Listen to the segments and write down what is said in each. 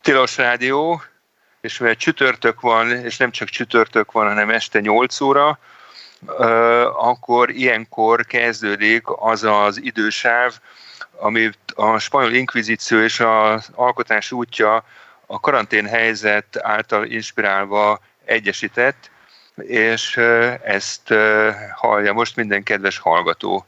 Tilos Rádió, és mivel csütörtök van, és nem csak csütörtök van, hanem este 8 óra, akkor ilyenkor kezdődik az az idősáv, amit a spanyol inkvizíció és az alkotás útja a karanténhelyzet által inspirálva egyesített, és ezt hallja most minden kedves hallgató.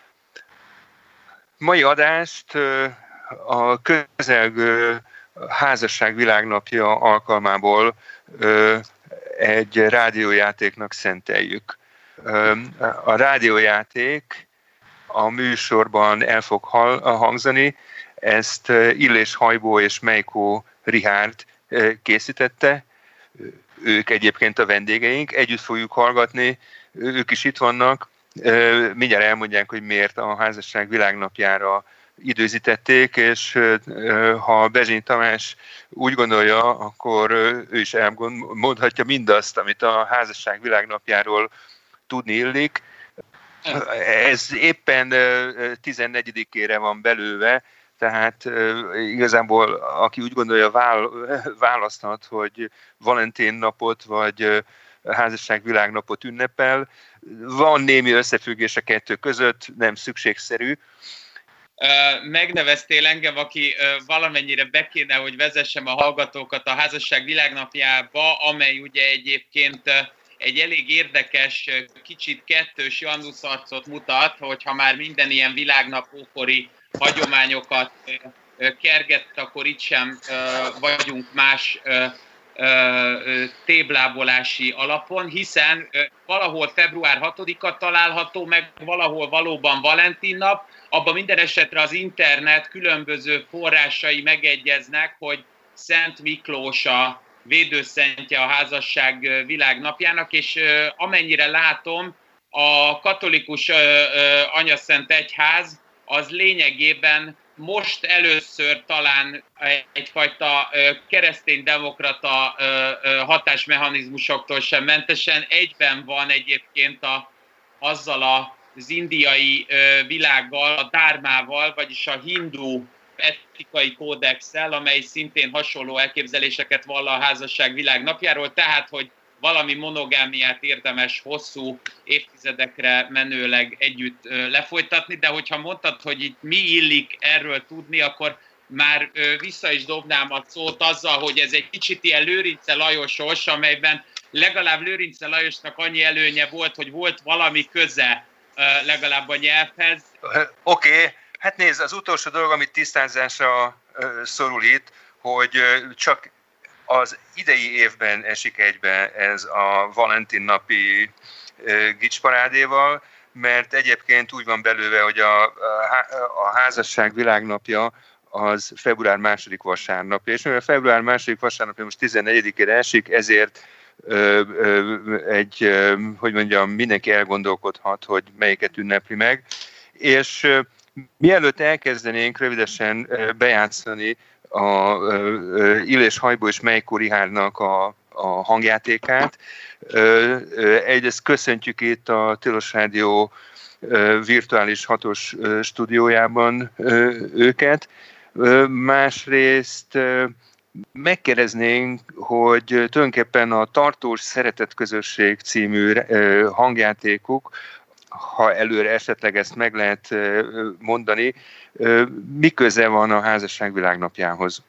Mai adást a közelgő házasság világnapja alkalmából egy rádiójátéknak szenteljük. A rádiójáték a műsorban el fog hangzani, ezt Illés Hajbó és Mejkó Richárd készítette, ők egyébként a vendégeink, együtt fogjuk hallgatni, ők is itt vannak, mindjárt elmondják, hogy miért a házasság világnapjára időzítették, és ha Bezsény Tamás úgy gondolja, akkor ő is elmondhatja mindazt, amit a házasság világnapjáról tudni illik. Ez éppen 14-ére van belőve, tehát igazából aki úgy gondolja, választhat, hogy Valentin napot vagy házasság világnapot ünnepel. Van némi összefüggés a kettő között, nem szükségszerű. Megneveztél engem, aki valamennyire be kéne, hogy vezessem a hallgatókat a házasság világnapjába, amely ugye egyébként egy elég érdekes, kicsit kettős janduszarcot mutat, hogyha már minden ilyen világnap ókori hagyományokat kerget, akkor itt sem vagyunk más téblábolási alapon, hiszen valahol február 6-a található meg, valahol valóban Valentin nap, abban minden esetre az internet különböző forrásai megegyeznek, hogy Szent Miklós a védőszentje a házasság világnapjának, és amennyire látom, a katolikus anyaszent egyház az lényegében most először talán egyfajta kereszténydemokrata hatásmechanizmusoktól sem mentesen egyben van egyébként azzal az indiai világgal, a dármával, vagyis a hindu etikai kódexsel, amely szintén hasonló elképzeléseket vall a házasság világnapjáról, tehát, hogy valami monogámiát érdemes hosszú évtizedekre menőleg együtt lefolytatni, de hogyha mondtad, hogy itt mi illik erről tudni, akkor már vissza is dobnám a szót azzal, hogy ez egy kicsit ilyen Lőrince Lajosos, amelyben legalább Lőrince Lajosnak annyi előnye volt, hogy volt valami köze legalább a nyelvhez. Oké. Hát nézd, az utolsó dolog, amit tisztázásra szorul itt, hogy csak az idei évben esik egybe ez a Valentin napi gicsparádéval, mert egyébként úgy van belőle, hogy a házasság világnapja az február 2. vasárnapja, és mivel február 2. vasárnapja most 14-ére esik, ezért mindenki elgondolkodhat, hogy melyiket ünnepli meg, és mielőtt elkezdenénk rövidesen bejátszani a Illés Hajbó és Mejkó Rihárdnak a hangjátékát, egyrészt köszöntjük itt a Tilos Rádió virtuális 6-os stúdiójában őket, másrészt megkérdeznénk, hogy tulajdonképpen a Tartós Szeretetközösség című hangjátékuk, ha előre esetleg ezt meg lehet mondani, mi köze van a házasság világnapjához?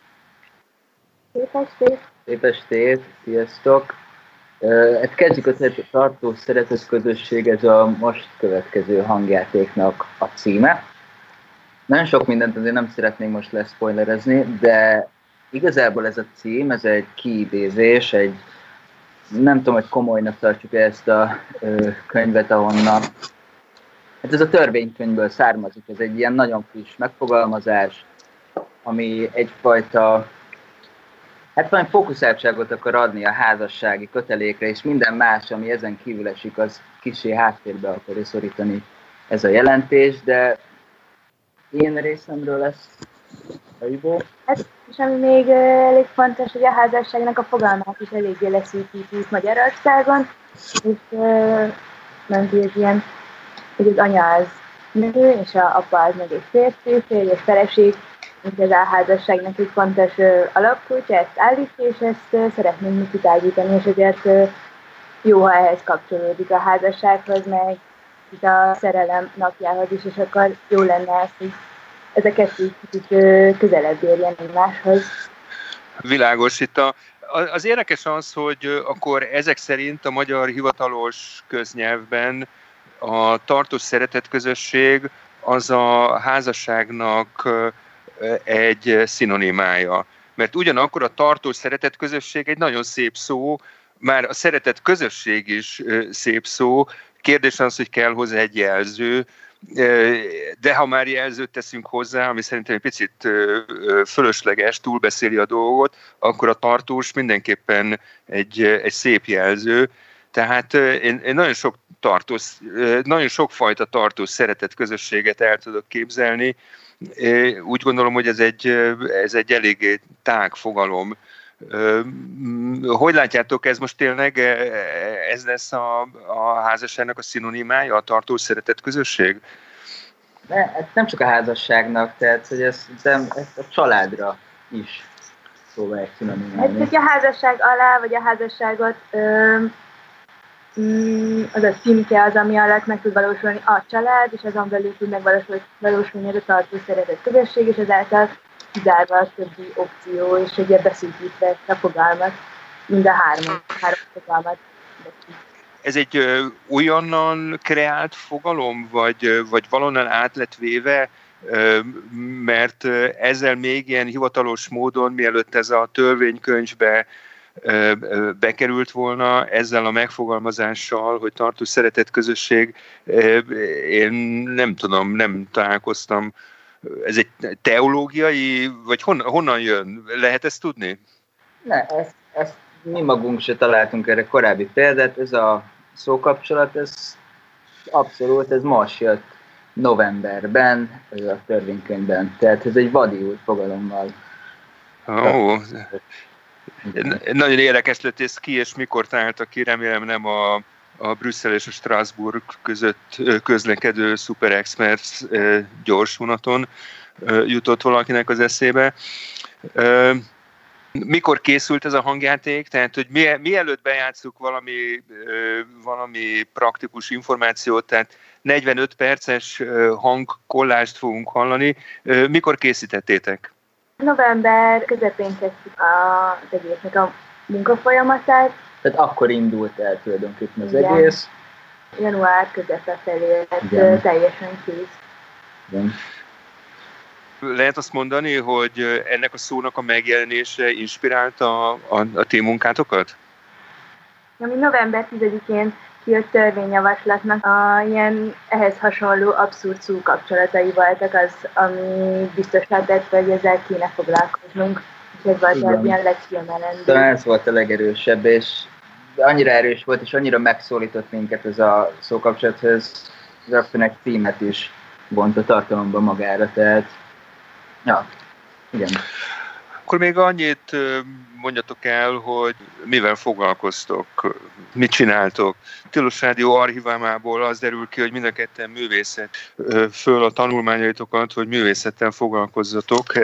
Szép estét, sziasztok! Hát kezdjük a Tartós Szeretetközösség, ez a most következő hangjátéknak a címe. Nagyon sok mindent azért nem szeretnénk most leszpoilerezni, de igazából ez a cím, ez egy kiidézés, nem tudom, hogy komolynak tartjuk ezt a könyvet, ahonnan. Hát ez a törvénykönyvből származik, ez egy ilyen nagyon friss megfogalmazás, ami egyfajta, hát valami fókuszáltságot akar adni a házassági kötelékre, és minden más, ami ezen kívül esik, az kissé háttérbe akarja szorítani ez a jelentés, de én részemről lesz Hajbó. Hát, és ami még elég fontos, hogy a házasságnak a fogalmát is eléggé leszűkítik Magyarországon, és nem ez ilyen, hogy az anya az nő, és az apa az meg egy férfi, férj és feleség, az álházasságnak egy fontos alapkulcsa, ezt állítja, és ezt szeretnénk mi kitágítani, és ezért jó, ha ehhez kapcsolódik a házassághoz, meg itt a szerelem napjához is, és akkor jó lenne ezt, hogy ezeket így kicsit közelebb érjen egymáshoz. Világos. Itt az érdekes az, hogy akkor ezek szerint a magyar hivatalos köznyelvben a tartós szeretetközösség az a házasságnak egy szinonimája. Mert ugyanakkor a tartós szeretetközösség egy nagyon szép szó, már a szeretetközösség is szép szó, kérdés az, hogy kell hozzá egy jelző, de ha már jelzőt teszünk hozzá, ami szerintem egy picit fölösleges, túlbeszéli a dolgot, akkor a tartós mindenképpen egy szép jelző. Tehát én nagyon sokfajta tartós szeretetközösséget el tudok képzelni. Úgy gondolom, hogy ez egy eléggé tág fogalom. Hogy látjátok, ez most tényleg ez lesz a házasságnak a szinonimája, a tartós szeretetközösség? Ez nem csak a házasságnak, tehát hogy ezt a családra is próbálják szinonimálni. Hogy a házasság alá, vagy a házasságot az a címke az, ami alatt meg tud valósulni a család, és azon belül tud megvalósulni ez a tartós szeretetközösség, és ezáltal kizárva a többi opció, és ugye beszűkítve a fogalmat, mind a három fogalmat. Ez egy újonnan kreált fogalom, vagy valonnan át lett véve, mert ezzel még ilyen hivatalos módon, mielőtt ez a törvénykönyvbe bekerült volna, ezzel a megfogalmazással, hogy tartós szeretetközösség, én nem tudom, nem találkoztam. Ez egy teológiai, vagy honnan jön? Lehet ezt tudni? Ne, ezt mi magunk se találtunk erre korábbi példát. Ez a szókapcsolat, ez abszolút, ez most jött novemberben, ez a törvénykönyvben. Tehát ez egy vadi új fogalommal. Nagyon érdekes lett ez ki, és mikor találtak ki, remélem nem a Brüsszel és a Strasbourg között közlekedő Super Express gyorsvonaton jutott valakinek az eszébe. Mikor készült ez a hangjáték? Tehát, hogy mielőtt bejátszuk valami praktikus információt, tehát 45 perces hangkollást fogunk hallani. Mikor készítettétek? November közepén kezdtük az egésznek a munkafolyamatát. Tehát akkor indult el tulajdonképpen az egész. Január közepe felé lett teljesen kész. Igen. Lehet azt mondani, hogy ennek a szónak a megjelenése inspirálta a ti munkátokat? Ami november 10-én kijött törvényjavaslatnak ilyen ehhez hasonló abszurd szó kapcsolatai voltak az, ami biztosá tett, hogy ezzel kéne foglalkoznunk. És ez volt az ilyen legkiemelendő. Talán ez volt a legerősebb, és annyira erős volt, és annyira megszólított minket ez a szókapcsolat, hogy ez rögtön egy címet is vont a tartalomba magára, tehát ja, igen. Akkor még annyit mondjatok el, hogy mivel foglalkoztok, mit csináltok. Tilos Rádió archívámából az derül ki, hogy mind a ketten művészet. Föl a tanulmányaitokat, hogy művészettel foglalkozzatok.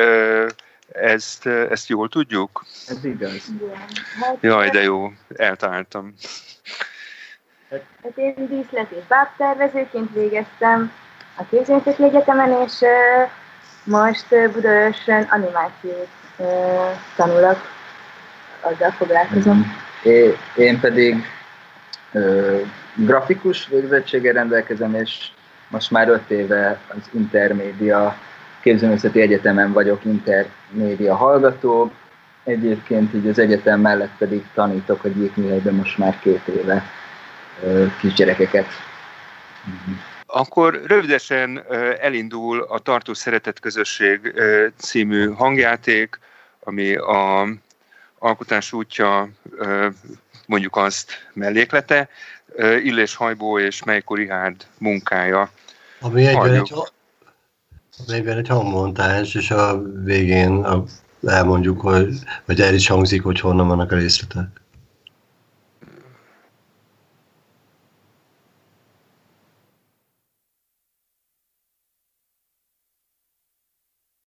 Ezt jól tudjuk? Ez igaz. Jaj, de jó, eltaláltam. Hát én díszlet és bábtervezőként végeztem a Képzőművészeti Egyetemen, és most Budaörsön animációt tanulok, azzal foglalkozom. Én pedig grafikus végzettséggel rendelkezem, és most már 5 éve az Intermédia Képzőművészeti Egyetemen vagyok intermédia hallgató. Egyébként így az egyetem mellett pedig tanítok a Gyékműhelyben most már 2 éve kisgyerekeket. Akkor rövidesen elindul a Tartós Szeretetközösség című hangjáték, ami a alkotás útja, mondjuk azt melléklete, Illés Hajbó és Mejko Rihárd munkája. Ami egyben egy hangmontázs, és a végén elmondjuk, hogy el is hangzik, hogy honnan vannak a részletek.